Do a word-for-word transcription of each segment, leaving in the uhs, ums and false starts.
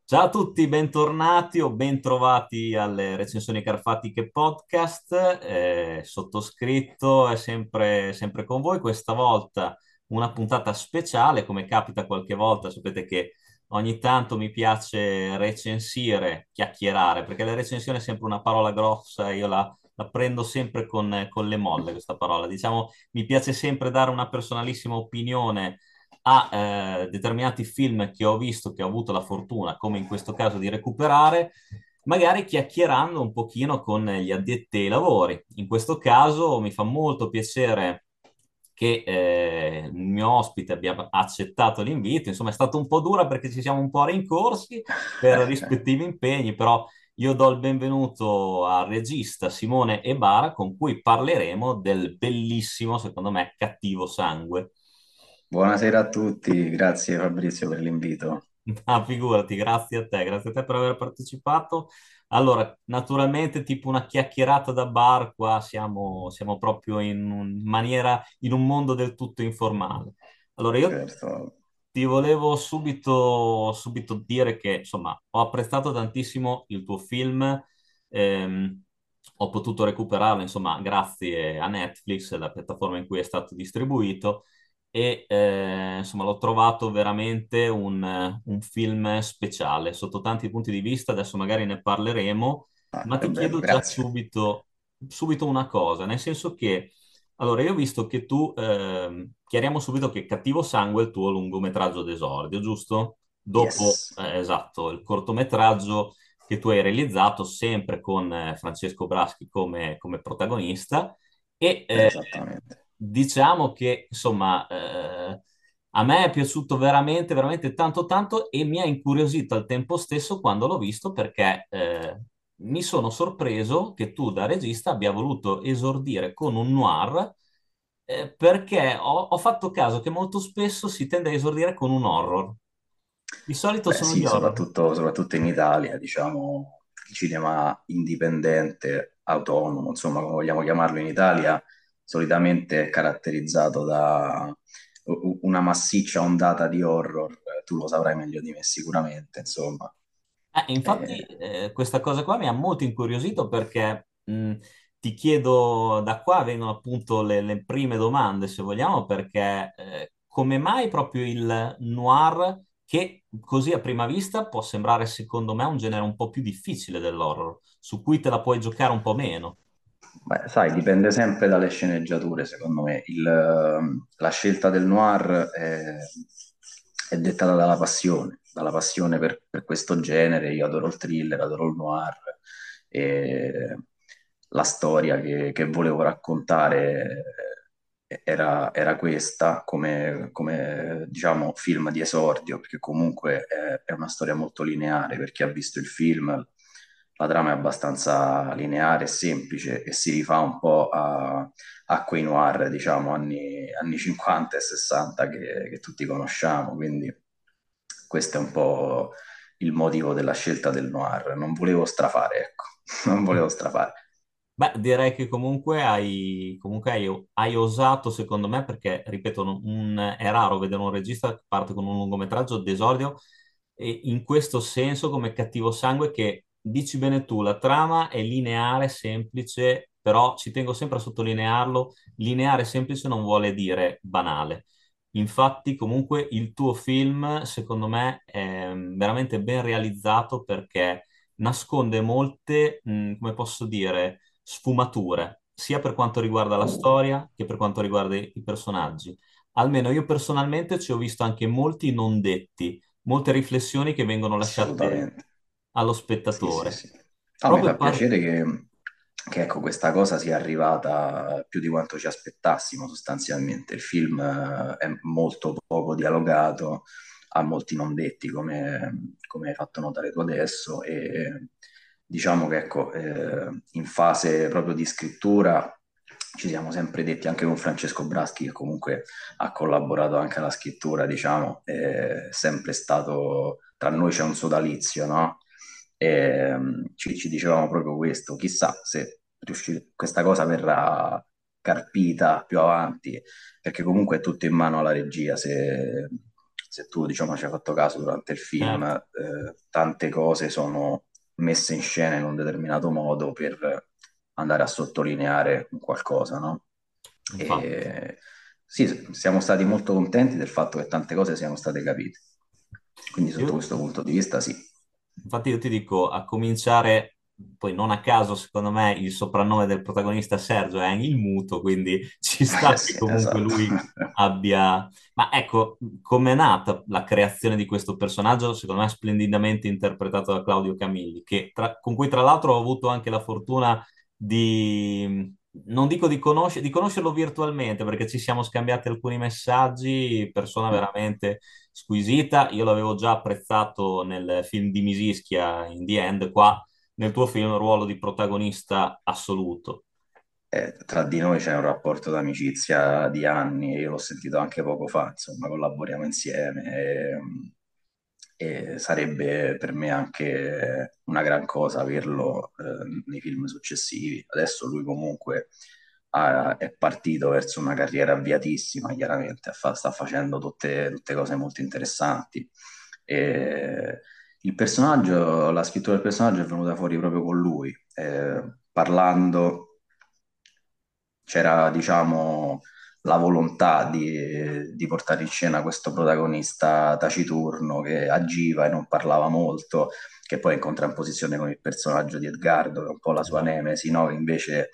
Ciao a tutti, bentornati o bentrovati alle recensioni carfatiche podcast. Eh, sottoscritto è sempre, sempre con voi. Questa volta una puntata speciale, come capita qualche volta. Sapete che ogni tanto mi piace recensire, chiacchierare, perché la recensione è sempre una parola grossa e io la, la prendo sempre con, con le molle, questa parola. Diciamo, mi piace sempre dare una personalissima opinione a eh, determinati film che ho visto, che ho avuto la fortuna, come in questo caso, di recuperare, magari chiacchierando un pochino con gli addetti ai lavori. In questo caso mi fa molto piacere che eh, il mio ospite abbia accettato l'invito. Insomma, è stato un po' dura perché ci siamo un po' rincorsi per rispettivi impegni, però io do il benvenuto al regista Simone Ebara, con cui parleremo del bellissimo, secondo me, Cattivo Sangue. Buonasera a tutti, grazie Fabrizio per l'invito. Ah, figurati, grazie a te, grazie a te per aver partecipato. Allora, naturalmente, tipo una chiacchierata da bar, qua siamo, siamo proprio in un- maniera, in un mondo del tutto informale. Allora, io Certo. ti volevo subito, subito dire che, insomma, ho apprezzato tantissimo il tuo film, ehm, ho potuto recuperarlo, insomma, grazie a Netflix, la piattaforma in cui è stato distribuito e eh, insomma l'ho trovato veramente un, un film speciale sotto tanti punti di vista, adesso magari ne parleremo, Ah, ma che ti bello, chiedo già grazie. subito, subito una cosa, nel senso che, allora io ho visto che tu, ehm, chiariamo subito che Cattivo Sangue è il tuo lungometraggio d'esordio, giusto? Dopo, Yes, eh, esatto, il cortometraggio che tu hai realizzato sempre con eh, Francesco Braschi come, come protagonista e eh, esattamente. diciamo che, insomma, eh, a me è piaciuto veramente, veramente tanto, tanto e mi ha incuriosito al tempo stesso quando l'ho visto perché eh, mi sono sorpreso che tu da regista abbia voluto esordire con un noir eh, perché ho, ho fatto caso che molto spesso si tende a esordire con un horror. Di solito Beh sono gli sì, horror. soprattutto, soprattutto in Italia, diciamo, il cinema indipendente, autonomo, insomma, come vogliamo chiamarlo in Italia, solitamente è caratterizzato da u- una massiccia ondata di horror, eh, tu lo saprai meglio di me sicuramente, insomma. Eh, infatti, Eh, eh, questa cosa qua mi ha molto incuriosito perché mh, ti chiedo, da qua vengono appunto le, le prime domande, se vogliamo, perché eh, come mai proprio il noir, che così a prima vista può sembrare secondo me un genere un po' più difficile dell'horror, su cui te la puoi giocare un po' meno. Beh, sai, dipende sempre dalle sceneggiature, secondo me. Il, ehm, la scelta del noir è, è dettata dalla passione, dalla passione per, per questo genere. Io adoro il thriller, adoro il noir e la storia che, che volevo raccontare eh, era, era questa come, come, diciamo, film di esordio, perché comunque è, è una storia molto lineare per chi ha visto il film. La trama è abbastanza lineare e semplice e si rifà un po' a, a quei noir, diciamo, anni, anni cinquanta e sessanta che, che tutti conosciamo. Quindi questo è un po' il motivo della scelta del noir. Non volevo strafare, ecco, non volevo strafare. Beh, direi che comunque hai, comunque hai, hai osato, secondo me, perché, ripeto, non- un- è raro vedere un regista che parte con un lungometraggio d'esordio e in questo senso come Cattivo Sangue che, dici bene tu, la trama è lineare, semplice, però ci tengo sempre a sottolinearlo, lineare e semplice non vuole dire banale. Infatti, comunque, il tuo film, secondo me, è veramente ben realizzato perché nasconde molte, mh, come posso dire, sfumature, sia per quanto riguarda la storia che per quanto riguarda i i personaggi. Almeno io personalmente ci ho visto anche molti non detti, molte riflessioni che vengono lasciate Assolutamente. allo Sì, sì, spettatore. sì. No, mi Proprio fa par- piacere che, che, ecco, questa cosa sia arrivata più di quanto ci aspettassimo sostanzialmente. Il film eh, è molto poco dialogato, ha molti non detti, come, come hai fatto notare tu adesso, e diciamo che ecco, eh, in fase proprio di scrittura ci siamo sempre detti, anche con Francesco Braschi, che comunque ha collaborato anche alla scrittura, diciamo, è sempre stato, tra noi c'è un sodalizio, no? E, um, ci, ci dicevamo proprio questo, chissà se riusci- questa cosa verrà carpita più avanti, perché comunque è tutto in mano alla regia, se, se tu diciamo ci hai fatto caso durante il film, certo, eh, tante cose sono messe in scena in un determinato modo per andare a sottolineare un qualcosa, no? infatti. E sì, siamo stati molto contenti del fatto che tante cose siano state capite. Quindi sotto Io questo punto di vista sì. Infatti io ti dico, a cominciare, poi non a caso, secondo me, il soprannome del protagonista Sergio è il muto, quindi ci sta Eh che sì, comunque esatto. lui abbia... Ma ecco, com'è nata la creazione di questo personaggio, secondo me splendidamente interpretato da Claudio Camilli, che tra- con cui tra l'altro ho avuto anche la fortuna di... Non dico di, conosce- di conoscerlo virtualmente, perché ci siamo scambiati alcuni messaggi, persona veramente squisita. Io l'avevo già apprezzato nel film di Misischia, In the End, qua nel tuo film ruolo di protagonista assoluto. Eh, tra di noi c'è un rapporto d'amicizia di anni e io l'ho sentito anche poco fa, insomma, collaboriamo insieme e, e sarebbe per me anche una gran cosa averlo eh, nei film successivi. Adesso lui comunque ha- è partito verso una carriera avviatissima, chiaramente, fa- sta facendo tutte, tutte cose molto interessanti. E il personaggio, la scrittura del personaggio è venuta fuori proprio con lui, eh, parlando c'era, diciamo, la volontà di, di portare in scena questo protagonista taciturno che agiva e non parlava molto, che poi è in contrapposizione con il personaggio di Edgardo, che è un po' la sua Esatto. nemesi, no? Che invece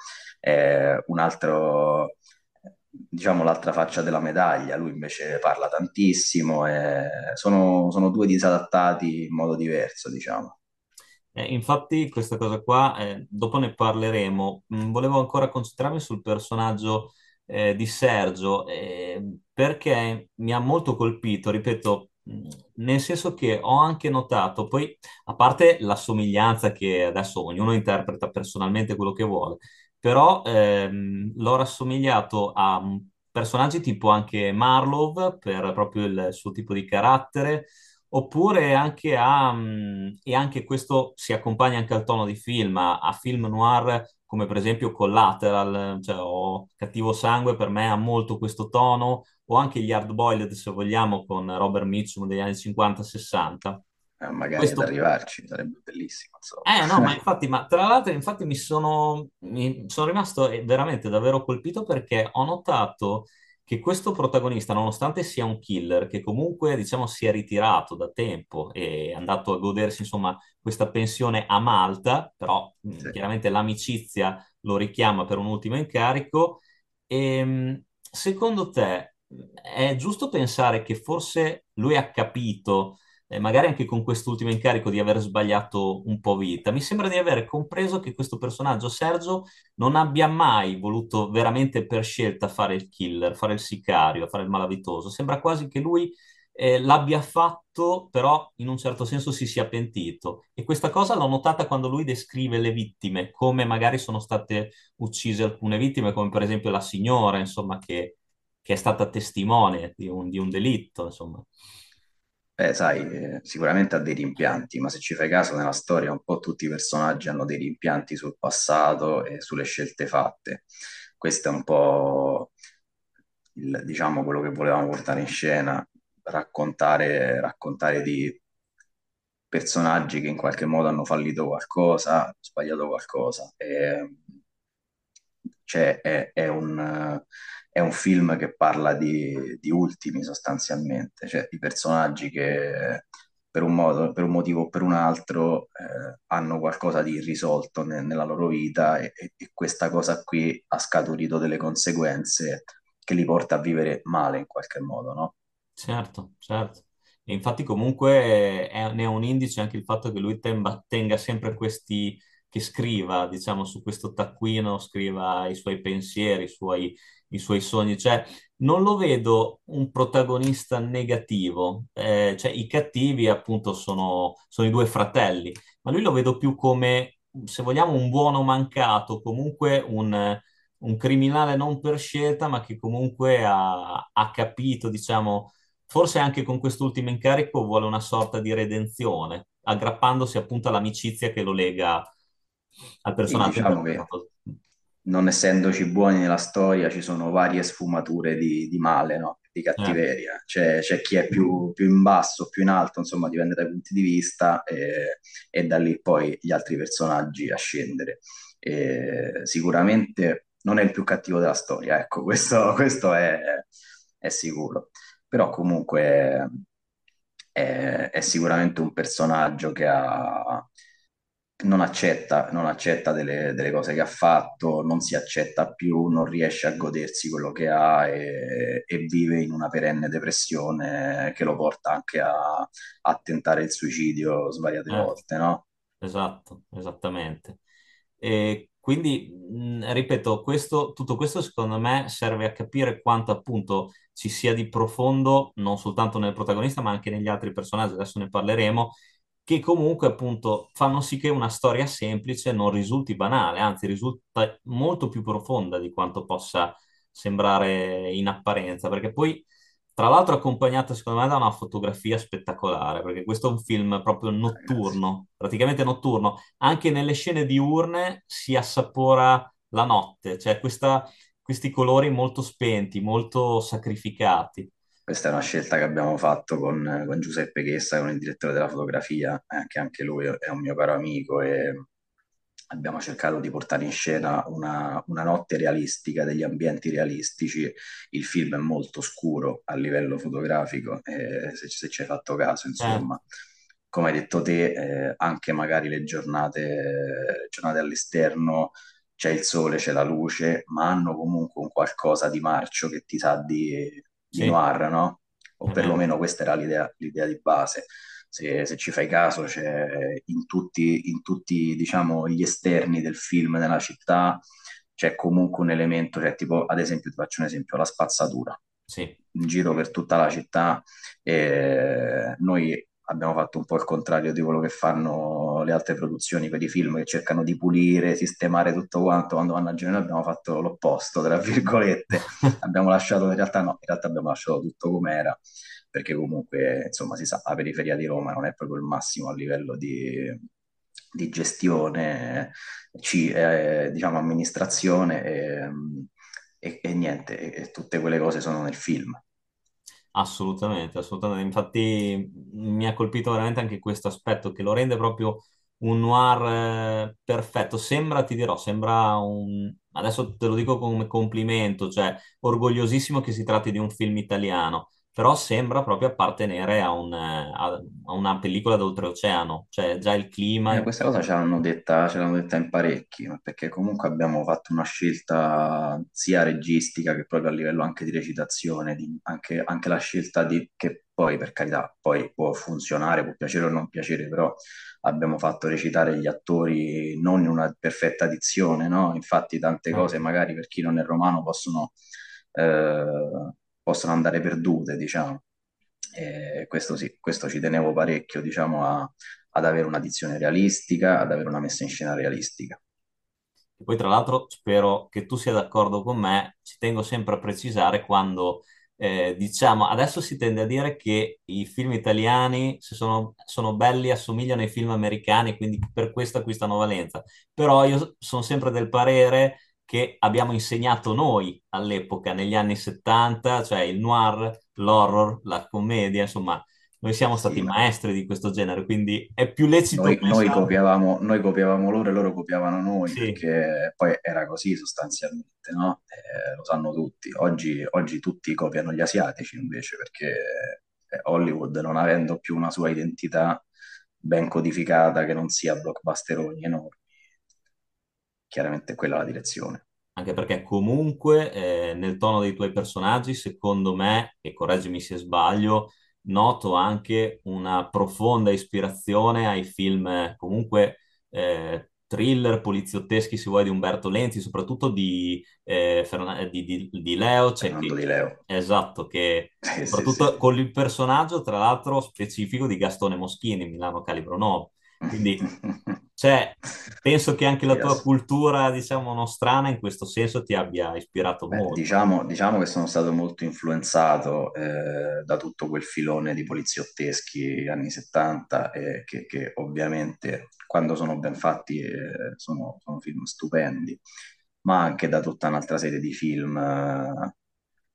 è un altro, diciamo, l'altra faccia della medaglia. Lui invece parla tantissimo e sono, sono due disadattati in modo diverso, diciamo. Eh, infatti, questa cosa qua, eh, dopo ne parleremo. Mm, volevo ancora concentrarmi sul personaggio eh, di Sergio, eh, perché mi ha molto colpito, ripeto, mm, nel senso che ho anche notato, poi, a parte la somiglianza che adesso ognuno interpreta personalmente quello che vuole, però ehm, l'ho rassomigliato a mm, personaggi tipo anche Marlowe per proprio il suo tipo di carattere. Oppure anche a, mh, e anche questo si accompagna anche al tono di film, a, a film noir come per esempio Collateral, cioè o Cattivo Sangue per me ha molto questo tono, o anche gli Hard Boiled se vogliamo con Robert Mitchum degli anni cinquanta sessanta. Eh, magari ad Questo arrivarci sarebbe bellissimo, insomma. eh no, ma infatti, ma tra l'altro, infatti mi sono, mi sono rimasto eh, veramente davvero colpito perché ho notato che questo protagonista, nonostante sia un killer, che comunque diciamo si è ritirato da tempo e è andato a godersi insomma questa pensione a Malta, però mh, Sì. chiaramente l'amicizia lo richiama per un ultimo incarico. E, mh, secondo te mh, è giusto pensare che forse lui ha capito eh, magari anche con quest'ultimo incarico di aver sbagliato un po' vita. Mi sembra di aver compreso che questo personaggio, Sergio, non abbia mai voluto veramente per scelta fare il killer, fare il sicario, fare il malavitoso. Sembra quasi che lui eh, l'abbia fatto, però in un certo senso si sia pentito. E questa cosa l'ho notata quando lui descrive le vittime, come magari sono state uccise alcune vittime, come per esempio la signora, insomma, che, che è stata testimone di un, di un delitto, insomma. Beh, sai, eh, sicuramente ha dei rimpianti, ma se ci fai caso nella storia un po' tutti i personaggi hanno dei rimpianti sul passato e sulle scelte fatte. Questo è un po' il- diciamo, quello che volevamo portare in scena, raccontare, raccontare di personaggi che in qualche modo hanno fallito qualcosa, hanno sbagliato qualcosa. E, cioè, è, è un, è un film che parla di, di ultimi sostanzialmente, cioè di personaggi che per un modo, per un motivo o per un altro eh, hanno qualcosa di irrisolto ne- nella loro vita e, e- e questa cosa qui ha scaturito delle conseguenze che li porta a vivere male in qualche modo, no? Certo, certo. E infatti comunque è- ne è un indice anche il fatto che lui temba- tenga sempre questi, che scriva, diciamo, su questo taccuino, scriva i suoi pensieri, i suoi, i suoi sogni. Cioè, non lo vedo un protagonista negativo. Eh, cioè, i cattivi appunto sono, sono i due fratelli, ma lui lo vedo più come, se vogliamo, un buono mancato, comunque un un criminale non per scelta, ma che comunque ha, ha capito, diciamo, forse anche con quest'ultimo incarico vuole una sorta di redenzione, aggrappandosi appunto all'amicizia che lo lega al Sì, personaggio diciamo che interpretato. non essendoci buoni nella storia ci sono varie sfumature di, di male, no? di certo. cattiveria. C'è, c'è chi è più, più in basso, più in alto, insomma, dipende dai punti di vista e, e da lì poi gli altri personaggi a scendere. E sicuramente non è il più cattivo della storia, ecco, questo, questo è, è sicuro. Però comunque è, è sicuramente un personaggio che ha, non accetta, non accetta delle, delle cose che ha fatto, non si accetta più, non riesce a godersi quello che ha e, e vive in una perenne depressione che lo porta anche a, a tentare il suicidio svariate Eh, volte, no? esatto, esattamente. E quindi, mh, ripeto, questo, tutto questo secondo me serve a capire quanto appunto ci sia di profondo, non soltanto nel protagonista, ma anche negli altri personaggi, adesso ne parleremo, che comunque appunto fanno sì che una storia semplice non risulti banale, anzi risulta molto più profonda di quanto possa sembrare in apparenza, perché poi tra l'altro accompagnata secondo me da una fotografia spettacolare, perché questo è un film proprio Ragazzi. notturno, praticamente notturno. Anche nelle scene diurne si assapora la notte, cioè questa- questi colori molto spenti, molto sacrificati. Questa è una scelta che abbiamo fatto con, con Giuseppe Chessa, con il direttore della fotografia, eh, che anche lui è un mio caro amico e abbiamo cercato di portare in scena una, una notte realistica, degli ambienti realistici. Il film è molto scuro a livello fotografico, eh, se, se ci hai fatto caso, Certo, insomma. Come hai detto te, eh, anche magari le giornate, giornate all'esterno c'è il sole, c'è la luce, ma hanno comunque un qualcosa di marcio che ti sa di, di sì, noir, no? O è vero, perlomeno questa era l'idea l'idea di base. Se, se ci fai caso, c'è in tutti, in tutti, diciamo, gli esterni del film, nella città, c'è comunque un elemento, cioè, tipo, ad esempio, ti faccio un esempio, la spazzatura sì, in giro per tutta la città. E noi abbiamo fatto un po' il contrario di quello che fanno le altre produzioni per i film, che cercano di pulire, sistemare tutto quanto. Quando vanno a girare, noi abbiamo fatto l'opposto, tra virgolette. Abbiamo lasciato, in realtà no, in realtà abbiamo lasciato tutto com'era, perché comunque, insomma, si sa, la periferia di Roma non è proprio il massimo a livello di, di gestione, ci, eh, diciamo, amministrazione e, e- e niente, e, e tutte quelle cose sono nel film. assolutamente, assolutamente. Infatti mi ha colpito veramente anche questo aspetto che lo rende proprio un noir eh, perfetto. Sembra, ti dirò, sembra un... Adesso te lo dico come complimento, cioè orgogliosissimo che si tratti di un film italiano, però sembra proprio appartenere a, un, eh, a, a una pellicola d'oltreoceano, cioè già il clima. Eh, in- questa cosa ce l'hanno detta, ce l'hanno detta in parecchi, ma perché comunque abbiamo fatto una scelta sia registica che proprio a livello anche di recitazione, di- anche, anche la scelta di, che poi per carità poi può funzionare, può piacere o non piacere, però abbiamo fatto recitare gli attori non in una perfetta dizione, no? Infatti tante cose Certo. magari per chi non è romano possono, eh, possono andare perdute, diciamo. E questo sì, questo ci tenevo parecchio, diciamo, a ad avere una dizione realistica, ad avere una messa in scena realistica. E poi, tra l'altro, spero che tu sia d'accordo con me, ci tengo sempre a precisare quando, eh, diciamo, adesso si tende a dire che i film italiani, se sono, sono belli, assomigliano ai film americani, quindi per questo acquistano valenza. Però io sono sempre del parere che abbiamo insegnato noi all'epoca, negli anni settanta, cioè il noir, l'horror, la commedia, insomma, noi siamo stati Sì, ma maestri di questo genere, quindi è più lecito noi, noi pensare. copiavamo, noi copiavamo loro e loro copiavano noi, Sì. perché poi era così sostanzialmente, no? Eh, lo sanno tutti. Oggi, oggi tutti copiano gli asiatici invece, perché eh, Hollywood, non avendo più una sua identità ben codificata, che non sia blockbusteroni enormi, chiaramente quella è la direzione. Anche perché comunque eh, nel tono dei tuoi personaggi, secondo me, e correggimi se sbaglio, noto anche una profonda ispirazione ai film eh, comunque eh, thriller poliziotteschi, se vuoi, di Umberto Lenzi, soprattutto di, eh, Ferna- di, di- di Leo, cioè Fernando che, Di Leo. esatto, che Sì, sì, sì. soprattutto con il personaggio, tra l'altro, specifico di Gastone Moschini, Milano Calibro nove. Quindi cioè, penso che anche la Sì, tua ass- cultura, diciamo, nostrana in questo senso ti abbia ispirato Beh, molto. diciamo, diciamo che sono stato molto influenzato eh, da tutto quel filone di poliziotteschi anni settanta, eh, che, che ovviamente quando sono ben fatti eh, sono, sono film stupendi, ma anche da tutta un'altra serie di film eh,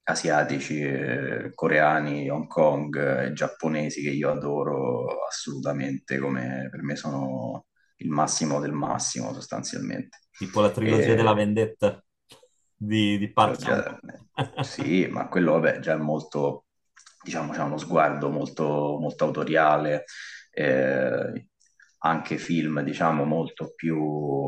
asiatici, eh, coreani, Hong Kong, eh, giapponesi che io adoro assolutamente, come per me sono il massimo del massimo sostanzialmente. Tipo la trilogia della E, vendetta di, di Park trilogia, Chan-wook. sì, ma quello vabbè, già è molto, diciamo, c'ha uno sguardo molto, molto autoriale, eh, anche film, diciamo, molto più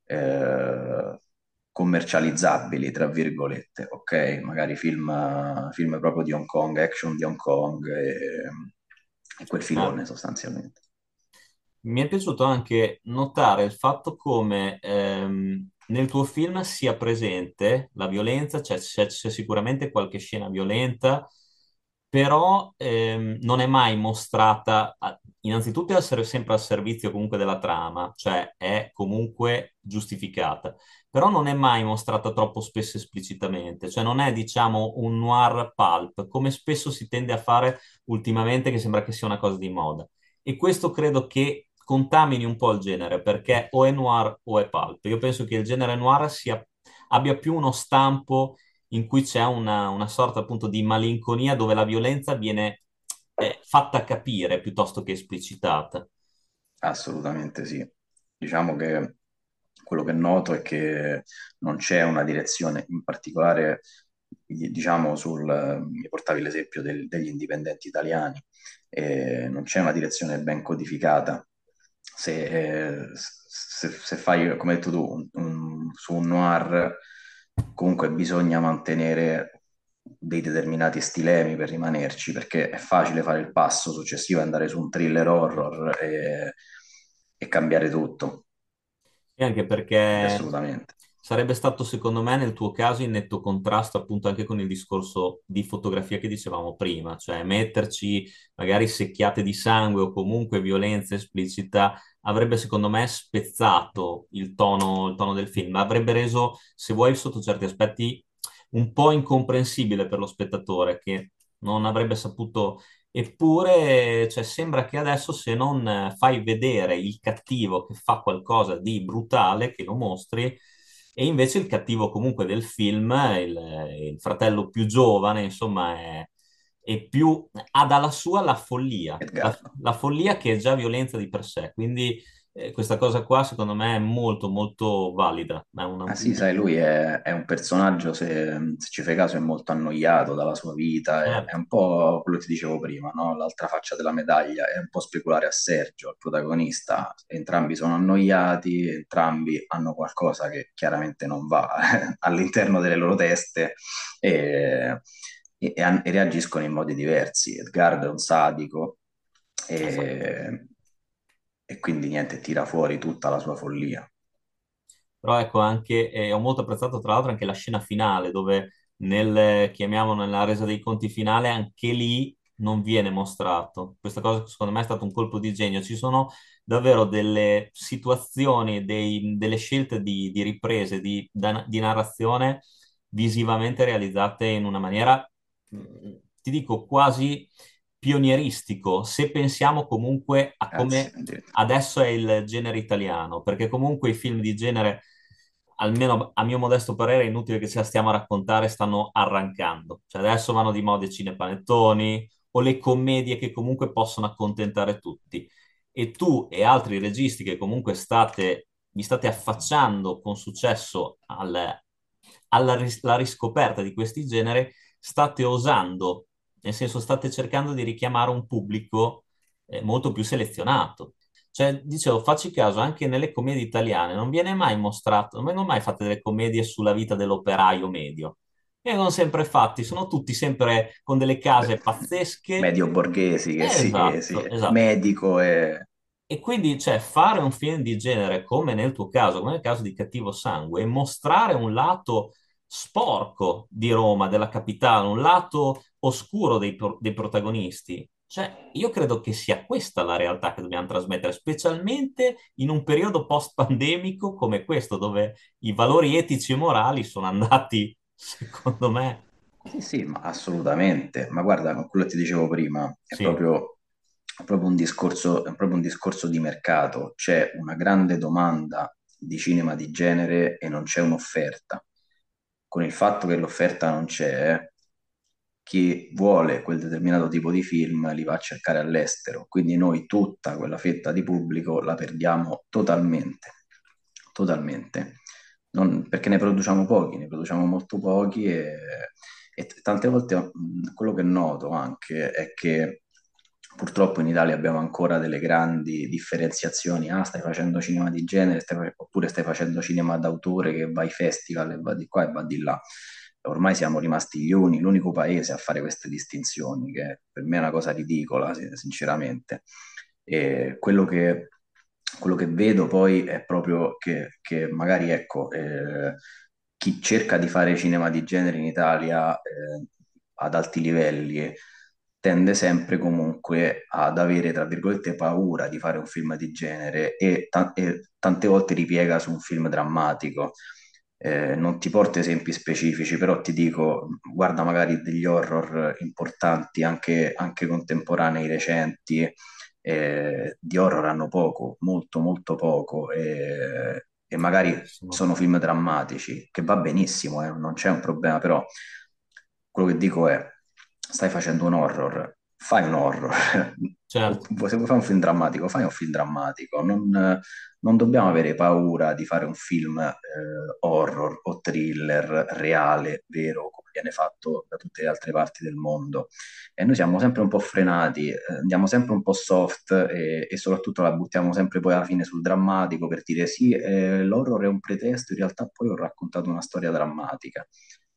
eh, commercializzabili, tra virgolette, ok? Magari film, film proprio di Hong Kong, action di Hong Kong e, e quel filone Certo. sostanzialmente. Mi è piaciuto anche notare il fatto come ehm, nel tuo film sia presente la violenza, cioè c'è c'è sicuramente qualche scena violenta, però ehm, non è mai mostrata, a- innanzitutto è essere sempre al servizio comunque della trama, cioè è comunque giustificata, però non è mai mostrata troppo spesso esplicitamente, cioè non è diciamo un noir pulp, come spesso si tende a fare ultimamente, che sembra che sia una cosa di moda. E questo credo che contamini un po' il genere, perché o è noir o è pulp. Io penso che il genere noir sia- abbia più uno stampo in cui c'è una, una sorta appunto di malinconia dove la violenza viene eh, fatta capire piuttosto che esplicitata. Assolutamente sì. Diciamo che quello che noto è che non c'è una direzione, in particolare, diciamo, sul, mi portavi l'esempio del- degli indipendenti italiani, eh, non c'è una direzione ben codificata. Se, eh, se- se fai, come hai detto tu, un- un- su un noir, comunque bisogna mantenere dei determinati stilemi per rimanerci, perché è facile fare il passo successivo e andare su un thriller horror e, e cambiare tutto. E anche Quindi perché assolutamente. sarebbe stato, secondo me, nel tuo caso in netto contrasto appunto anche con il discorso di fotografia che dicevamo prima, cioè metterci magari secchiate di sangue o comunque violenza esplicita avrebbe, secondo me, spezzato il tono, il tono del film, avrebbe reso, se vuoi, sotto certi aspetti un po' incomprensibile per lo spettatore che non avrebbe saputo. Eppure, cioè, sembra che adesso se non eh, fai vedere il cattivo che fa qualcosa di brutale, che lo mostri, e invece il cattivo comunque del film, il, il fratello più giovane, insomma, è, è più, ha dalla sua la follia, la, Edgardo. la follia che è già violenza di per sé. Quindi eh, questa cosa qua, secondo me, è molto, molto valida. È una- Ah sì, sai, lui è, è un personaggio, se, se ci fai caso, è molto annoiato dalla sua vita, è, è certo. un po' quello che ti dicevo prima, no? L'altra faccia della medaglia, è un po' speculare a Sergio, il protagonista. Entrambi sono annoiati, entrambi hanno qualcosa che chiaramente non va all'interno delle loro teste e, e- e an- e reagiscono in modi diversi. Edgardo è un sadico Esatto. e, e quindi niente, tira fuori tutta la sua follia. Però ecco anche, eh, ho molto apprezzato tra l'altro anche la scena finale dove nel, chiamiamolo nella resa dei conti finale, anche lì non viene mostrato. Questa cosa secondo me è stato un colpo di genio. Ci sono davvero delle situazioni, dei- delle scelte di, di riprese, di, da- di narrazione visivamente realizzate in una maniera, mh, ti dico, quasi pionieristico, se pensiamo comunque a Grazie. come adesso è il genere italiano, perché comunque i film di genere, almeno a mio modesto parere, è inutile che ce la stiamo a raccontare, stanno arrancando. Cioè adesso vanno di moda i cinepanettoni o le commedie che comunque possono accontentare tutti. E tu e altri registi che comunque state, vi state affacciando con successo al- alla ris- alla riscoperta di questi generi, state osando, nel senso state cercando di richiamare un pubblico eh, molto più selezionato. Cioè, dicevo, facci caso, anche nelle commedie italiane non viene mai mostrato, non vengono mai fatte delle commedie sulla vita dell'operaio medio. Vengono sempre fatti, sono tutti sempre con delle Beh, case pazzesche. medio borghesi che sì, sì, Esatto, esatto. medico e... E quindi, cioè, fare un film di genere, come nel tuo caso, come nel caso di Cattivo Sangue, e mostrare un lato sporco di Roma, della capitale, un lato oscuro dei, pro- dei protagonisti. Cioè, io credo che sia questa la realtà che dobbiamo trasmettere, specialmente in un periodo post-pandemico come questo, dove i valori etici e morali sono andati, secondo me, Sì, sì, ma assolutamente. Ma guarda, con quello che ti dicevo prima, è sì, proprio, è proprio un discorso, è proprio un discorso di mercato. C'è una grande domanda di cinema di genere e non c'è un'offerta. Con il fatto che l'offerta non c'è, chi vuole quel determinato tipo di film li va a cercare all'estero, quindi noi tutta quella fetta di pubblico la perdiamo totalmente, totalmente. Non- perché ne produciamo pochi, ne produciamo molto pochi e, e t- tante volte mh, quello che noto anche è che purtroppo in Italia abbiamo ancora delle grandi differenziazioni. Ah, stai facendo cinema di genere, stai fa- oppure stai facendo cinema d'autore che va ai festival e va di qua e va di là. Ormai siamo rimasti gli uni, l'unico paese a fare queste distinzioni, che per me è una cosa ridicola, sin- sinceramente. E quello che, quello che vedo poi è proprio che, che magari, ecco, eh, chi cerca di fare cinema di genere in Italia, eh, ad alti livelli tende sempre comunque ad avere, tra virgolette, paura di fare un film di genere e, ta- e tante volte ripiega su un film drammatico. Eh, non ti porto esempi specifici, però ti dico, guarda magari degli horror importanti, anche, anche contemporanei, recenti, eh, di horror hanno poco, molto molto poco, e, e magari Verissimo. sono film drammatici, che va benissimo, eh, non c'è un problema, però quello che dico è, stai facendo un horror, fai un horror. O Certo. se vuoi fare un film drammatico, fai un film drammatico. Non, non dobbiamo avere paura di fare un film eh, horror o thriller reale, vero, come viene fatto da tutte le altre parti del mondo. E noi siamo sempre un po' frenati, eh, andiamo sempre un po' soft e, e soprattutto la buttiamo sempre poi alla fine sul drammatico per dire sì, eh, l'horror è un pretesto, in realtà poi ho raccontato una storia drammatica.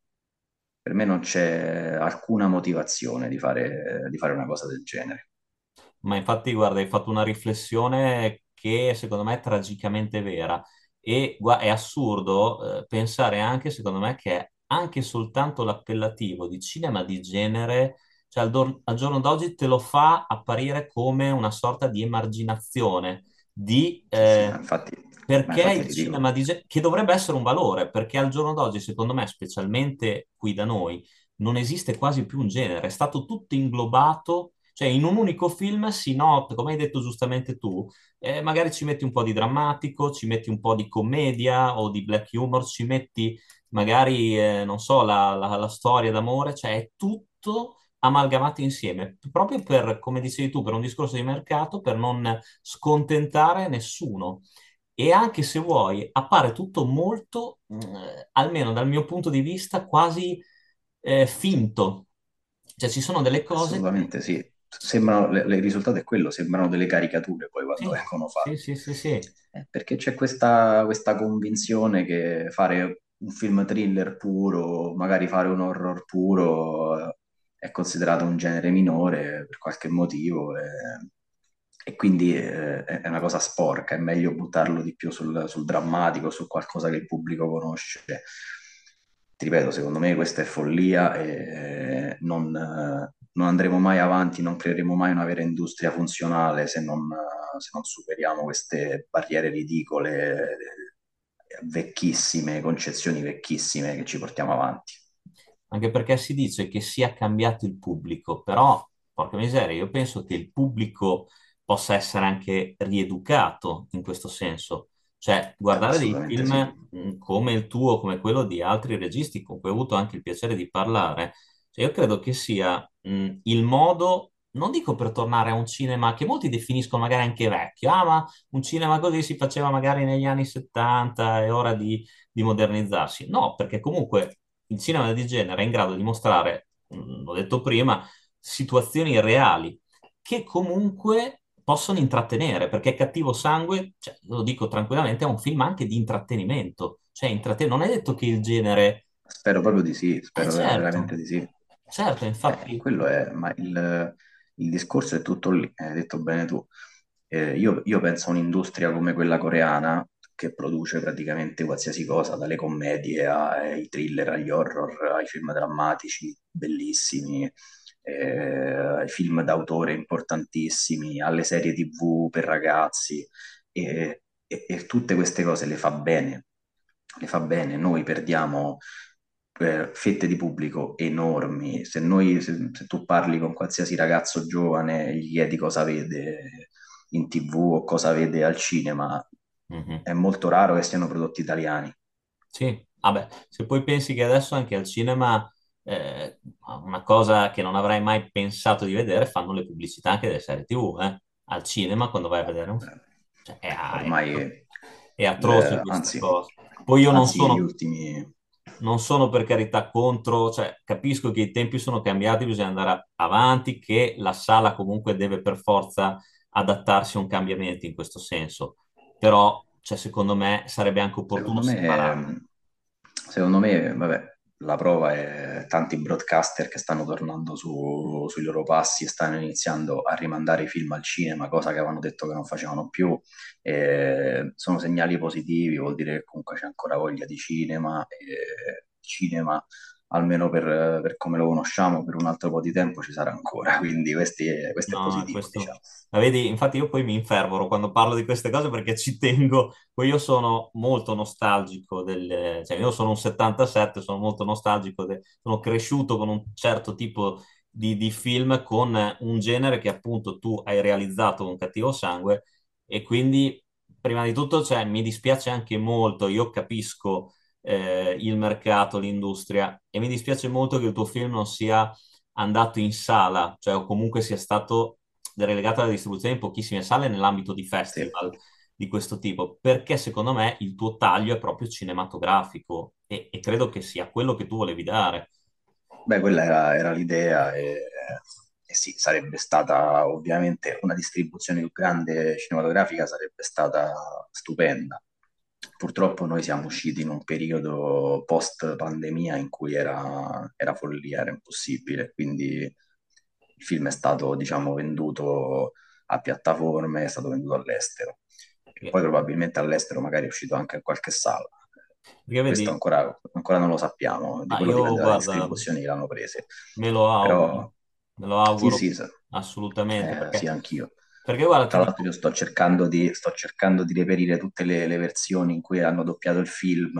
Per me non c'è alcuna motivazione di fare, di fare una cosa del genere. Ma infatti, guarda, hai fatto una riflessione che secondo me è tragicamente vera e gua- è assurdo eh, pensare anche, secondo me, che anche soltanto l'appellativo di cinema di genere, cioè al, dor- al giorno d'oggi te lo fa apparire come una sorta di emarginazione, di, Sì, sì, ma eh, infatti, ma perché infatti è il cinema ridicolo. di genere, che dovrebbe essere un valore, perché al giorno d'oggi, secondo me, specialmente qui da noi, non esiste quasi più un genere, è stato tutto inglobato, cioè in un unico film si nota, come hai detto giustamente tu, eh, magari ci metti un po' di drammatico, ci metti un po' di commedia o di black humor, ci metti magari, eh, non so, la, la- la storia d'amore, cioè è tutto amalgamato insieme, proprio per, come dicevi tu, per un discorso di mercato, per non scontentare nessuno. E anche se vuoi, appare tutto molto, mh, almeno dal mio punto di vista, quasi eh, finto. Cioè ci sono delle cose che... Assolutamente sì. Sembrano, le- le- il risultato è quello, sembrano delle caricature poi quando Sì, vengono sì, fatte. sì, sì, sì. Eh, perché c'è questa, questa convinzione che fare un film thriller puro, magari fare un horror puro, eh, è considerato un genere minore per qualche motivo, e, e quindi eh, è è una cosa sporca, è meglio buttarlo di più sul, sul drammatico, su qualcosa che il pubblico conosce. Ti ripeto, secondo me questa è follia e non, eh, non andremo mai avanti, non creeremo mai una vera industria funzionale se non, eh, se non superiamo queste barriere ridicole, eh, vecchissime, concezioni vecchissime che ci portiamo avanti. Anche perché si dice che sia cambiato il pubblico, però, porca miseria, io penso che il pubblico possa essere anche rieducato in questo senso. Cioè, guardare dei Assolutamente sì. film mh, come il tuo, come quello di altri registi con cui ho avuto anche il piacere di parlare, cioè io credo che sia mh, il modo, non dico per tornare a un cinema che molti definiscono magari anche vecchio, ah, ma un cinema così si faceva magari negli anni settanta, è ora di di modernizzarsi. No, perché comunque il cinema di genere è in grado di mostrare, mh, l'ho detto prima, situazioni reali che comunque possono intrattenere, perché Cattivo Sangue, cioè, lo dico tranquillamente, è un film anche di intrattenimento. Cioè, intratten- non è detto che il genere... Spero proprio di sì, Eh spero veramente certo, di sì. certo, Eh, infatti... quello è, ma il, il discorso è tutto lì, hai detto bene tu. Eh, io, io penso a un'industria come quella coreana che produce praticamente qualsiasi cosa, dalle commedie ai thriller, agli horror, ai film drammatici bellissimi, eh, ai film d'autore importantissimi, alle serie T V per ragazzi e, e- e tutte queste cose le fa bene, le fa bene. Noi perdiamo eh, fette di pubblico enormi. Se, noi, se, se tu parli con qualsiasi ragazzo giovane, gli chiedi cosa vede in T V o cosa vede al cinema, Mhm. è molto raro che siano prodotti italiani. Sì, vabbè, se poi pensi che adesso anche al cinema eh, una cosa che non avrei mai pensato di vedere, fanno le pubblicità anche delle serie T V, eh. Al cinema quando vai a Eh, vedere un film. beh, Cioè, è, è- ormai, è atroce il- questa anzi, cosa. Poi io non anzi, gli sono, ultimi, non sono per carità contro, cioè capisco che i tempi sono cambiati, bisogna andare avanti, che la sala comunque deve per forza adattarsi a un cambiamento in questo senso. Però, cioè, secondo me sarebbe anche opportuno secondo separare. me, secondo me, vabbè, la prova è tanti broadcaster che stanno tornando su- sui loro passi e stanno iniziando a rimandare i film al cinema, cosa che avevano detto che non facevano più. E sono segnali positivi, vuol dire che comunque c'è ancora voglia di cinema e cinema, almeno per, per come lo conosciamo, per un altro po' di tempo ci sarà ancora, quindi questi- questo è No, positivo, questo... diciamo. Ma vedi, infatti io poi mi infervoro quando parlo di queste cose perché ci tengo, poi io sono molto nostalgico del, cioè io sono un settantasette, sono molto nostalgico, de- sono cresciuto con un certo tipo di, di film, con un genere che appunto tu hai realizzato con Cattivo Sangue e quindi prima di tutto cioè, mi dispiace anche molto, io capisco eh, il mercato, l'industria e mi dispiace molto che il tuo film non sia andato in sala, cioè o comunque sia stato relegato alla distribuzione in pochissime sale nell'ambito di Sì. festival di questo tipo, perché secondo me il tuo taglio è proprio cinematografico e, e credo che sia quello che tu volevi dare. Beh, quella era, era l'idea e, e sì, sarebbe stata ovviamente una distribuzione più grande cinematografica, sarebbe stata stupenda. Purtroppo noi siamo usciti in un periodo post pandemia in cui era, era follia, era impossibile, quindi il film è stato, diciamo, venduto a piattaforme, è stato venduto all'estero. E Perché, poi probabilmente all'estero magari è uscito anche in qualche sala. perché Questo vedi, ancora, ancora non lo sappiamo, di ma quello io dipende dalle guarda, distribuzioni che l'hanno prese. me lo auguro, Però me lo sì, auguro sì, sa- assolutamente, eh, sì, perché, anch'io. perché guarda, ti Tra l'altro io dico, sto cercando di, sto cercando di reperire tutte le, le versioni in cui hanno doppiato il film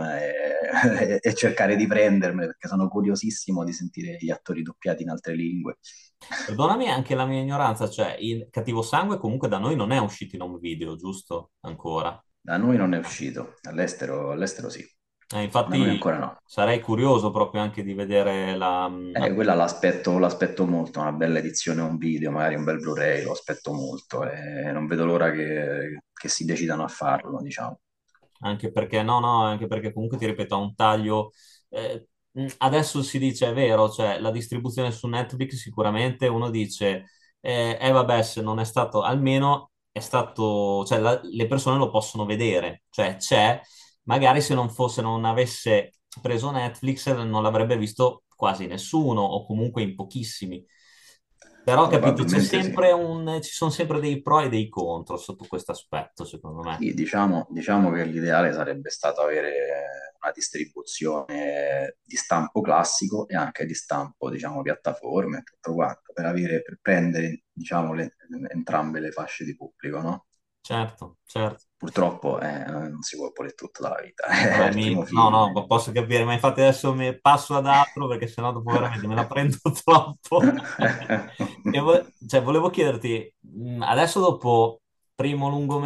e, e cercare di prendermele perché sono curiosissimo di sentire gli attori doppiati in altre lingue. perdonami anche la mia ignoranza, cioè il Cattivo Sangue comunque da noi non è uscito in home video, giusto? Ancora. Da noi non è uscito, all'estero, all'estero sì, Eh, da noi infatti ancora no. sarei curioso proprio anche di vedere la... Eh, quella l'aspetto, l'aspetto molto, una bella edizione, un video, magari un bel Blu-ray, lo aspetto molto e non vedo l'ora che, che si decidano a farlo, diciamo. anche perché no, no, anche perché comunque ti ripeto, ha un taglio. eh, mh, adesso si dice, è vero, cioè la distribuzione su Netflix sicuramente uno dice, eh, eh, vabbè, se non è stato, almeno è stato, cioè la- le persone lo possono vedere, cioè c'è, magari se non fosse, non avesse preso Netflix non l'avrebbe visto quasi nessuno o comunque in pochissimi. Però, capito, c'è Probabilmente sì. sempre un, ci sono sempre dei pro e dei contro sotto questo aspetto, secondo me. Sì, diciamo, diciamo che l'ideale sarebbe stato avere una distribuzione di stampo classico e anche di stampo, diciamo, piattaforme e tutto quanto, per avere, per prendere, diciamo, le- entrambe le fasce di pubblico, no? Certo, certo. Purtroppo eh, non si può volere tutto dalla vita, è Vabbè, il primo mi- no, film. no, ma posso capire, ma infatti adesso mi passo ad altro perché sennò dopo veramente me la prendo troppo. E vo- cioè, volevo chiederti, mh, adesso dopo primo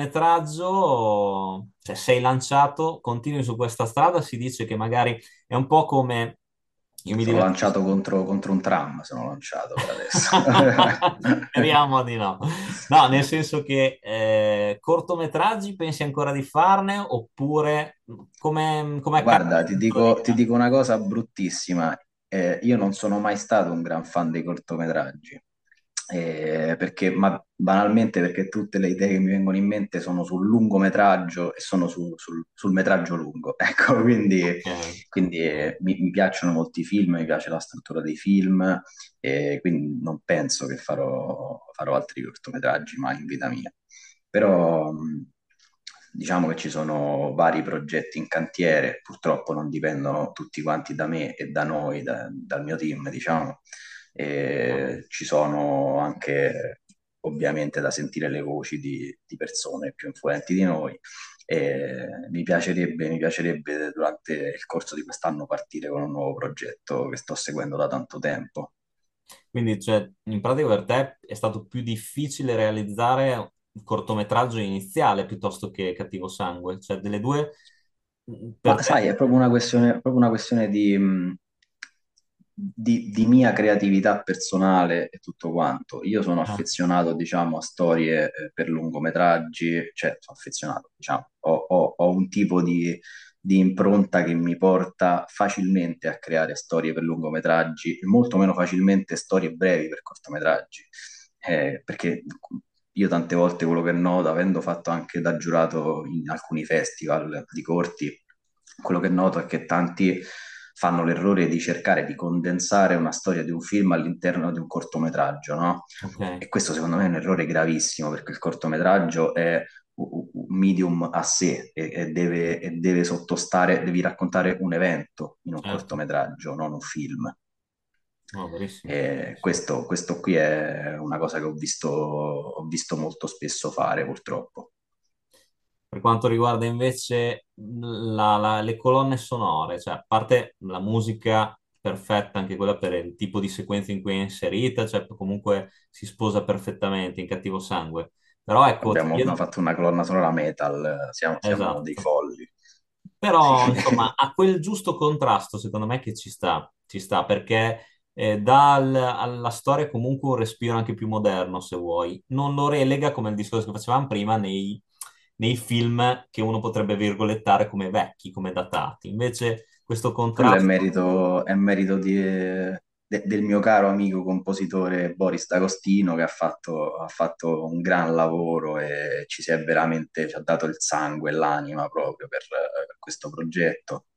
lungometraggio, cioè sei lanciato, continui su questa strada, si dice che magari è un po' come, io mi Sono lanciato divertisco. contro, contro un tram, sono lanciato per adesso. Speriamo di no. No, nel senso che eh, cortometraggi pensi ancora di farne oppure come come accade Guarda, ti in tua dico, ti vita? dico una cosa bruttissima. Eh, io non sono mai stato un gran fan dei cortometraggi. Eh, perché, ma banalmente perché tutte le idee che mi vengono in mente sono sul lungometraggio e sono su- sul, sul metraggio lungo. Ecco, quindi, Ok. quindi, eh, mi, mi piacciono molti film, mi piace la struttura dei film, e quindi non penso che farò, farò altri cortometraggi mai in vita mia. Però mh, diciamo che ci sono vari progetti in cantiere, purtroppo non dipendono tutti quanti da me e da noi, da- dal mio team, diciamo. E ci sono anche ovviamente da sentire le voci di, di persone più influenti di noi. E mi piacerebbe, mi piacerebbe durante il corso di quest'anno partire con un nuovo progetto che sto seguendo da tanto tempo. Quindi, cioè, in pratica per te è stato più difficile realizzare il cortometraggio iniziale piuttosto che Cattivo Sangue, cioè delle due, mh, per Ma te. sai, è proprio una questione, proprio una questione di, mh, di, di mia creatività personale e tutto quanto. Io sono Ah, affezionato, diciamo, a storie eh, per lungometraggi, cioè sono affezionato, diciamo, ho, ho- ho un tipo di, di impronta che mi porta facilmente a creare storie per lungometraggi e molto meno facilmente storie brevi per cortometraggi. Eh, perché io tante volte quello che noto, avendo fatto anche da giurato in alcuni festival di corti, quello che noto è che tanti fanno l'errore di cercare di condensare una storia di un film all'interno di un cortometraggio, no? ok. E questo secondo me è un errore gravissimo perché il cortometraggio è un medium a sé e, e deve, e deve sottostare, devi raccontare un evento in un Certo, cortometraggio, non un film. no, verissimo, E verissimo. questo, questo qui è una cosa che ho visto, ho visto molto spesso fare, purtroppo. Per quanto riguarda invece la- la- le colonne sonore, cioè a parte la musica perfetta, anche quella per il tipo di sequenza in cui è inserita, cioè comunque si sposa perfettamente in Cattivo Sangue. Però ecco, ti Abbiamo, abbiamo chiedo, fatto una colonna sonora metal, siamo, siamo dei esatto, folli. però insomma ha quel giusto contrasto secondo me che ci sta, ci sta perché eh, dà al- alla storia comunque un respiro anche più moderno se vuoi, non lo relega come il discorso che facevamo prima nei nei film che uno potrebbe virgolettare come vecchi, come datati. Invece questo Quello è contrasto, merito, è merito di- de- del mio caro amico compositore Boris D'Agostino che ha fatto, ha fatto un gran lavoro e ci si è veramente, ci ha dato il sangue e l'anima proprio per, per questo progetto.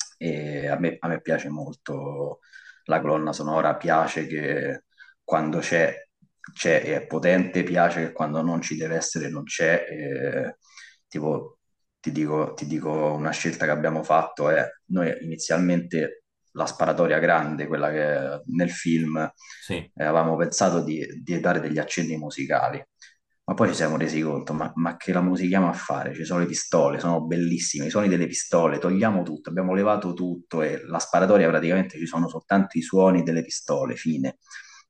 E a me, a me piace molto la colonna sonora, piace che quando c'è, c'è e è potente, piace che quando non ci deve essere non c'è. E, tipo, ti dico, ti dico una scelta che abbiamo fatto è noi inizialmente la sparatoria grande, quella che nel film sì, eh, avevamo pensato di, di dare degli accenni musicali, ma poi ci siamo resi conto, ma, ma che la musichiamo a fare? Ci sono le pistole, sono bellissime, i suoni delle pistole, togliamo tutto, abbiamo levato tutto e la sparatoria praticamente ci sono soltanto i suoni delle pistole, fine.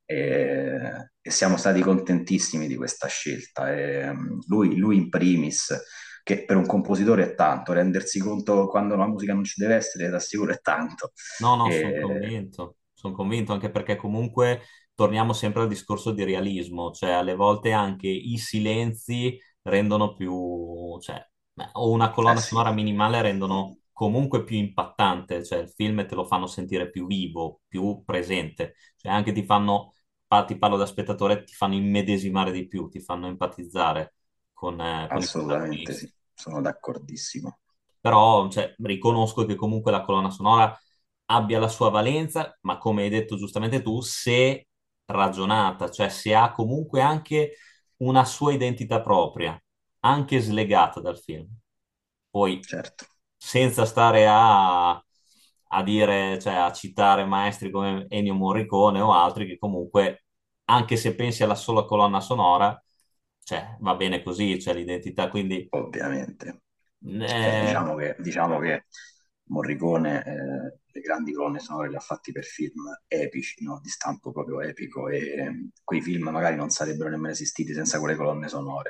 E, e siamo stati contentissimi di questa scelta. E, um, lui, lui in primis, che per un compositore è tanto, rendersi conto quando la musica non ci deve essere, ti assicuro, è tanto. no, no, sono E, convinto, sono convinto anche perché comunque torniamo sempre al discorso di realismo, cioè alle volte anche i silenzi rendono più, cioè, beh, o una eh colonna sì, sonora minimale rendono comunque più impattante, cioè il film te lo fanno sentire più vivo, più presente, cioè anche ti fanno, pa- ti parlo da spettatore, ti fanno immedesimare di più, ti fanno empatizzare con, eh, con i assolutamente protagonisti. sì, sono d'accordissimo. Però, cioè, riconosco che comunque la colonna sonora abbia la sua valenza, ma come hai detto giustamente tu, se ragionata, cioè se ha comunque anche una sua identità propria, anche slegata dal film. Poi, Certo, senza stare a, a dire, cioè a citare maestri come Ennio Morricone o altri che comunque, anche se pensi alla sola colonna sonora, cioè va bene così, c'è l'identità, quindi ovviamente. Cioè, eh, diciamo che, diciamo che Morricone eh, le grandi colonne sonore le ha fatti per film epici, no? Di stampo proprio epico e eh, quei film magari non sarebbero nemmeno esistiti senza quelle colonne sonore.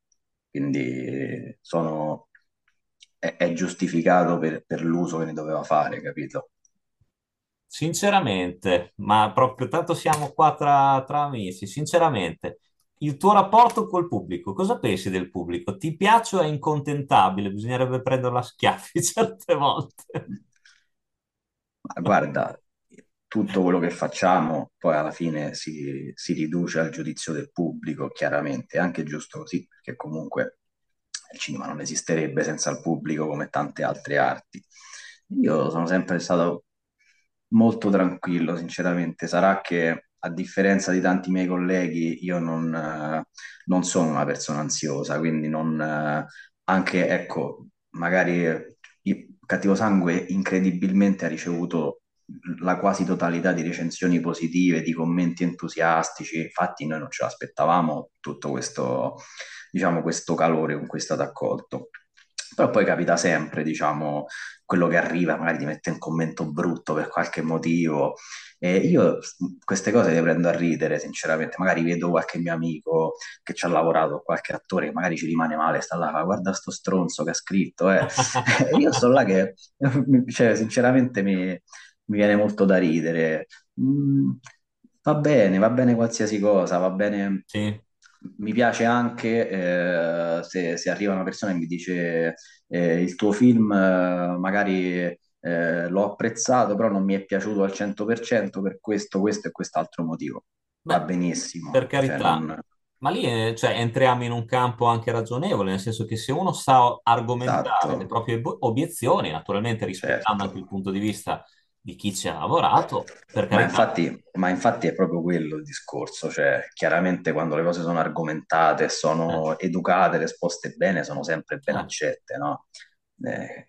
Quindi sono, è, è giustificato per, per l'uso che ne doveva fare, capito? sinceramente, ma proprio tanto siamo qua tra, tra amici, sinceramente, il tuo rapporto col pubblico, cosa pensi del pubblico? Ti piace o è incontentabile? Bisognerebbe prenderlo a schiaffi certe volte. Ma guarda, tutto quello che facciamo poi alla fine si, si riduce al giudizio del pubblico, chiaramente, è anche giusto così, perché comunque il cinema non esisterebbe senza il pubblico come tante altre arti. Io sono sempre stato molto tranquillo, sinceramente. Sarà che a differenza di tanti miei colleghi, io non, eh, non sono una persona ansiosa, quindi non, eh, anche, ecco, magari eh, il Cattivo Sangue incredibilmente ha ricevuto la quasi totalità di recensioni positive, di commenti entusiastici. Infatti noi non ce l'aspettavamo tutto questo, diciamo, questo calore con cui è stato accolto. Però poi capita sempre, diciamo, quello che arriva magari ti mette un commento brutto per qualche motivo. E io queste cose le prendo a ridere, sinceramente. Magari vedo qualche mio amico che ci ha lavorato, qualche attore che magari ci rimane male, sta là, "Ah, guarda sto stronzo che ha scritto, eh." E io sto là che, cioè, sinceramente mi, mi viene molto da ridere. Mm, va bene, va bene qualsiasi cosa, va bene. Sì. Mi piace anche eh, se, se arriva una persona e mi dice eh, il tuo film eh, magari eh, l'ho apprezzato, però non mi è piaciuto al cento per cento per questo, questo e quest'altro motivo. Va Beh, per benissimo, cioè carità, non... ma lì eh, cioè, entriamo in un campo anche ragionevole, nel senso che se uno sa argomentare le Esatto, proprie ob- obiezioni, naturalmente rispettando certo. anche il punto di vista di chi ci ha lavorato, per Ma carità. infatti, ma infatti è proprio quello il discorso, cioè chiaramente quando le cose sono argomentate, Eh, sono educate, esposte bene, sono sempre ben certo. accette, no? Eh,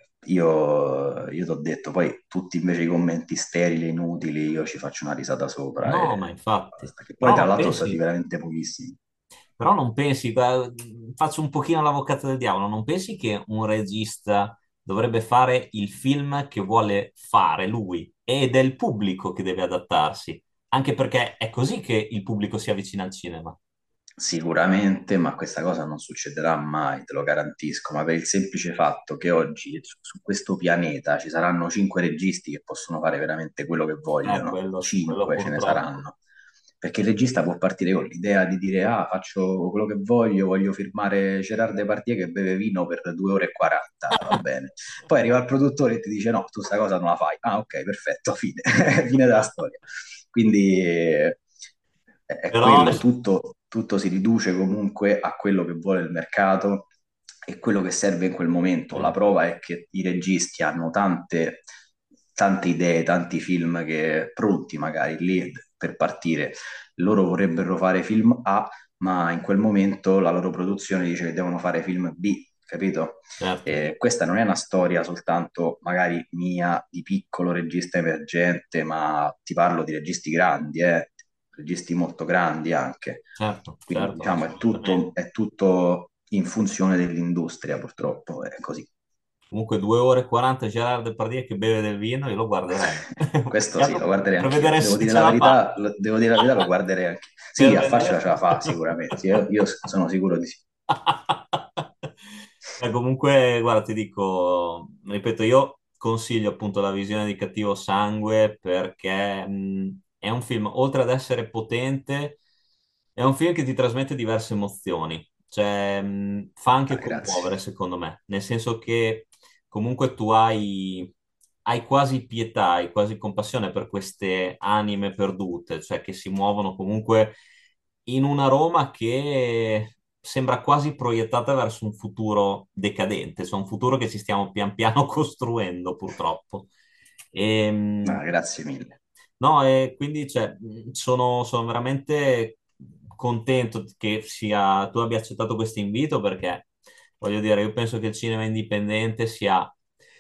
io io ti ho detto, poi tutti invece i commenti sterili, inutili, io ci faccio una risata sopra No, ma e infatti. basta. Che poi Però tra non l'altro sono stati pensi, veramente pochissimi. però non pensi, guarda, faccio un pochino l'avvocato del diavolo, non pensi che un regista dovrebbe fare il film che vuole fare lui ed è il pubblico che deve adattarsi, anche perché è così che il pubblico si avvicina al cinema. Sicuramente, ma questa cosa non succederà mai, te lo garantisco, ma per il semplice fatto che oggi su su questo pianeta ci saranno cinque registi che possono fare veramente quello che Eh, vogliono, quello, quello cinque ce ne purtroppo. saranno. Perché il regista può partire con l'idea di dire: Ah, faccio quello che voglio, voglio firmare Gerard Depardieu che beve vino per due ore e quaranta, va bene. Poi arriva il produttore e ti dice: No, tu sta cosa non la fai. Ah, ok, perfetto, fine, fine della storia. Quindi eh, è Però, quello, tutto, tutto si riduce comunque a quello che vuole il mercato e quello che serve in quel momento. La eh, prova è che i registi hanno tante, tante idee, tanti film che, pronti magari lì per partire. Loro vorrebbero fare film A, ma in quel momento la loro produzione dice che devono fare film B, capito? certo. Eh, questa non è una storia soltanto magari mia di piccolo regista emergente, ma ti parlo di registi grandi, eh, registi molto grandi anche. Certo, Quindi certo, diciamo è tutto, assolutamente. è tutto in funzione dell'industria, purtroppo, è così. Comunque due ore e quaranta Gerard Depardieu che beve del vino, io lo guarderei. Questo sì, lo Chiaro, guarderei per anch'io. vedere Devo se dire ce la la fa. verità, lo- devo dire la verità, lo guarderei anche. Sì, Per a farcela vedere... ce la fa sicuramente. Sì, io, io sono sicuro di sì. Eh, comunque, guarda, ti dico, ripeto, io consiglio appunto la visione di Cattivo Sangue perché mh, è un film, oltre ad essere potente, è un film che ti trasmette diverse emozioni, cioè mh, fa anche Ah, grazie. commuovere secondo me, nel senso che comunque tu hai, hai quasi pietà, hai quasi compassione per queste anime perdute, cioè che si muovono comunque in una Roma che sembra quasi proiettata verso un futuro decadente, cioè un futuro che ci stiamo pian piano costruendo, purtroppo. Ah, E, grazie mille. no, e quindi cioè, mh, sono, sono veramente contento che sia, tu abbia accettato questo invito perché, voglio dire, io penso che il cinema indipendente sia,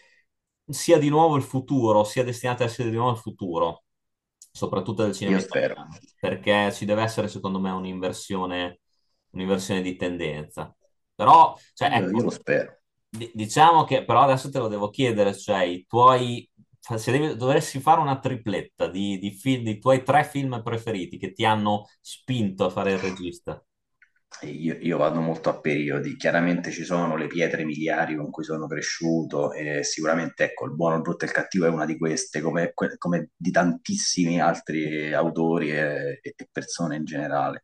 sia di nuovo il futuro, sia destinato a essere di nuovo il futuro, soprattutto del cinema Io spero. italiano, perché ci deve essere, secondo me, un'inversione un'inversione di tendenza. Però, cioè, Io, io ecco, lo spero. di- diciamo che però adesso te lo devo chiedere, cioè i tuoi, se devi- dovessi fare una tripletta di, di film, dei tuoi tre film preferiti che ti hanno spinto a fare il regista. Io, io vado molto a periodi, chiaramente ci sono le pietre miliari con cui sono cresciuto e sicuramente ecco, Il buono, il brutto e il cattivo è una di queste, come, que- come di tantissimi altri autori e, e persone in generale.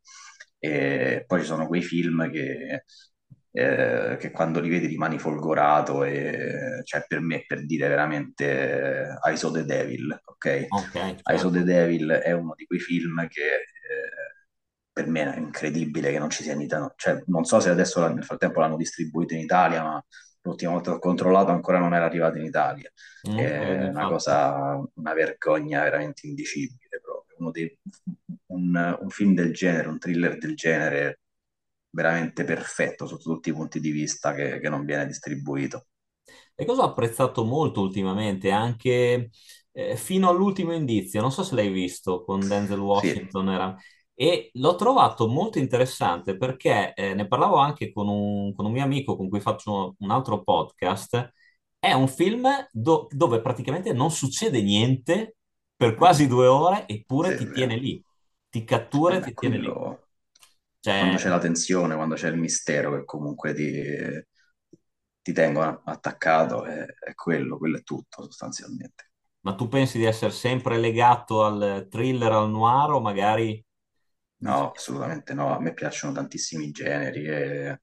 E poi ci sono quei film che, eh, che quando li vedi rimani folgorato e cioè per me, per dire veramente, eh, I Saw the Devil, ok? Ok, I Saw the certo. Devil è uno di quei film che eh, per me è incredibile che non ci sia in Italia. Cioè, non so se adesso nel frattempo l'hanno distribuito in Italia, ma l'ultima volta che ho controllato ancora non era arrivato in Italia. Ok, È una infatti. cosa, una vergogna veramente indicibile proprio. Uno dei- un, un film del genere, un thriller del genere, veramente perfetto sotto tutti i punti di vista che, che non viene distribuito. E cosa ho apprezzato molto ultimamente, anche eh, fino all'ultimo indizio, non so se l'hai visto con Denzel Sì, Washington, era- e l'ho trovato molto interessante perché eh, ne parlavo anche con un, con un mio amico con cui faccio un altro podcast. È un film do- dove praticamente non succede niente per quasi due ore, eppure è ti tiene vero. lì, ti Eh, cattura e ma ti tiene lì. quello, quando Cioè, c'è la tensione, quando c'è il mistero che comunque ti, ti tengono attaccato, è, è quello, quello è tutto sostanzialmente. Ma tu pensi di essere sempre legato al thriller, al noir o magari dici... No, assolutamente no, a me piacciono tantissimi generi e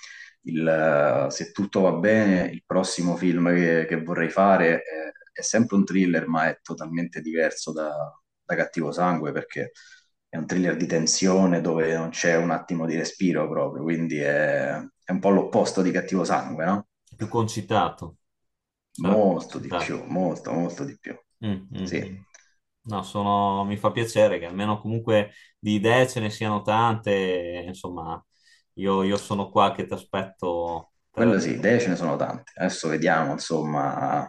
il- se tutto va bene, il prossimo film che, che vorrei fare è, è sempre un thriller, ma è totalmente diverso da, da Cattivo Sangue perché è un thriller di tensione dove non c'è un attimo di respiro proprio, quindi è, è un po' l'opposto di Cattivo Sangue, no? più concitato? Sarebbe più Molto di concitato. più, molto, molto di più. Mm, mm, Sì. mm. No, sono... mi fa piacere che almeno comunque di idee ce ne siano tante, e, insomma, io, io sono qua che ti aspetto per... Quello sì, idee ce ne sono tante. Adesso vediamo, insomma,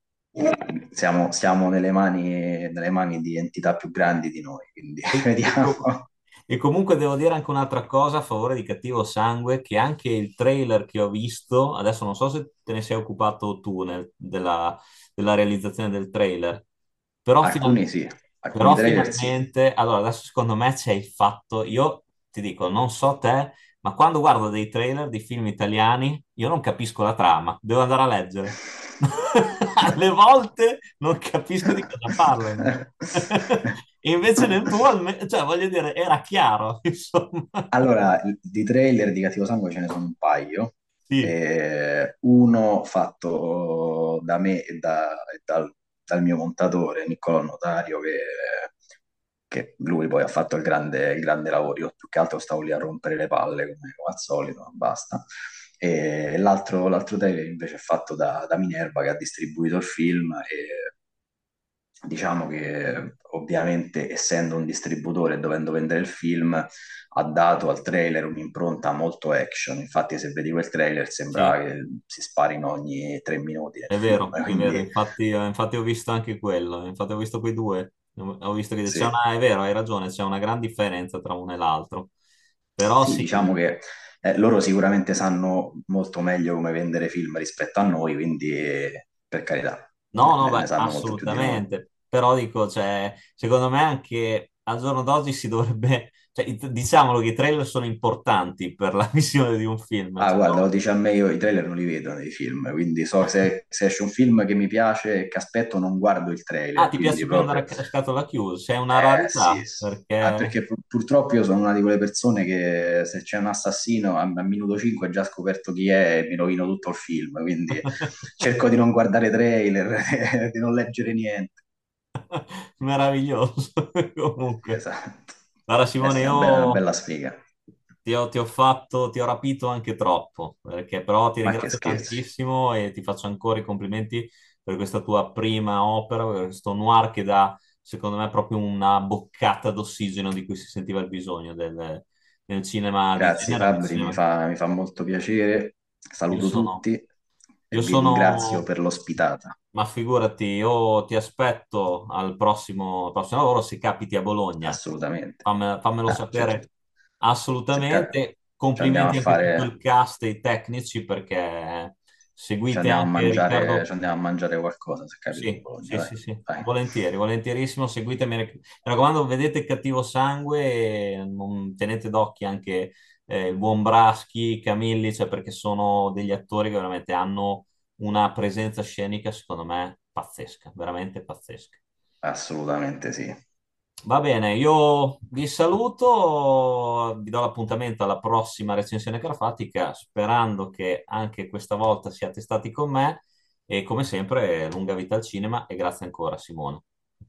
siamo, siamo nelle mani, nelle mani di entità più grandi di noi, quindi E, e vediamo. com- e comunque devo dire anche un'altra cosa a favore di Cattivo Sangue, che anche il trailer che ho visto, adesso non so se te ne sei occupato tu nel- della, della realizzazione del trailer, però, final- Alcuni sì, alcuni però trailer sì. finalmente, allora adesso secondo me c'è il fatto, io ti dico, non so te, ma quando guardo dei trailer di film italiani, io non capisco la trama, devo andare a leggere. Alle volte non capisco di cosa parlano. E invece nel tuo, alme- cioè voglio dire, era chiaro, insomma. Allora, di trailer di Cattivo Sangue ce ne sono un paio. Sì, Eh, uno fatto da me e, da- e dal, dal mio montatore, Niccolò Notario, che, che lui poi ha fatto il grande, il grande lavoro. Io più che altro stavo lì a rompere le palle, come, come al solito, ma basta. E l'altro l'altro trailer invece è fatto da, da Minerva, che ha distribuito il film e diciamo che ovviamente essendo un distributore e dovendo vendere il film ha dato al trailer un'impronta molto action. Infatti se vedi quel trailer sembra sì, che si sparino ogni tre minuti nel è film, vero, è vero, quindi infatti, eh, infatti ho visto anche quello, infatti ho visto quei due, ho visto che c'è sì. una, è vero, hai ragione, c'è una gran differenza tra uno e l'altro, però Sì, sì, diciamo che eh, loro sicuramente sanno molto meglio come vendere film rispetto a noi, quindi eh, per carità, no, no, ne, ne beh, sanno molto più di noi. assolutamente. Però dico, cioè, secondo me anche al giorno d'oggi si dovrebbe, cioè, i- diciamolo che i trailer sono importanti per la visione di un film. Ah, Cioè, guarda, lo dice a me, io i trailer non li vedo nei film, quindi so se, se esce un film che mi piace e che aspetto non guardo il ah, trailer, ti quindi piace più andare proprio... a a scatola chiusa? Sei una Eh sì, rarità, sì. Ah, perché... perché pur- purtroppo io sono una di quelle persone che se c'è un assassino a, a minuto cinque ho già scoperto chi è e mi rovino tutto il film, quindi cerco di non guardare trailer, di non leggere niente. Meraviglioso. Comunque, Esatto. allora Eh Simone, sì, è una be- una io bella sfiga. ti ho, ti ho fatto, ti ho rapito anche troppo, perché però ti Ma che ringrazio scherzi. tantissimo e ti faccio ancora i complimenti per questa tua prima opera, per questo noir che dà, secondo me, proprio una boccata d'ossigeno di cui si sentiva il bisogno del, nel cinema di Grazie genere e nel Fabri, mi cinema. fa, mi fa molto piacere. Io Saluto sono, tutti io e vi ringrazio sono per l'ospitata. Ma figurati, io ti aspetto al prossimo, al prossimo lavoro se capiti a Bologna. Assolutamente. Famme- fammelo Ah, certo. sapere Se ca- assolutamente. ci andiamo a Complimenti anche a tutto il fare, cast e i tecnici perché ci seguite andiamo a anche mangiare, ci Riccardo. andiamo a mangiare qualcosa se capita a Sì, Bologna, sì, dai. sì, sì, Dai. volentieri, volentierissimo. Seguitemi. Mi raccomando, vedete Cattivo Sangue e non tenete d'occhio anche eh, il buon Braschi, Camilli, cioè perché sono degli attori che veramente hanno una presenza scenica, secondo me, pazzesca, veramente pazzesca. Assolutamente sì. Va bene, io vi saluto, vi do l'appuntamento alla prossima recensione carfatica, sperando che anche questa volta siate stati con me e come sempre lunga vita al cinema e grazie ancora Simone.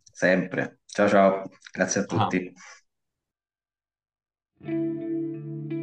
Sempre. Ciao ciao, grazie a Ciao. tutti.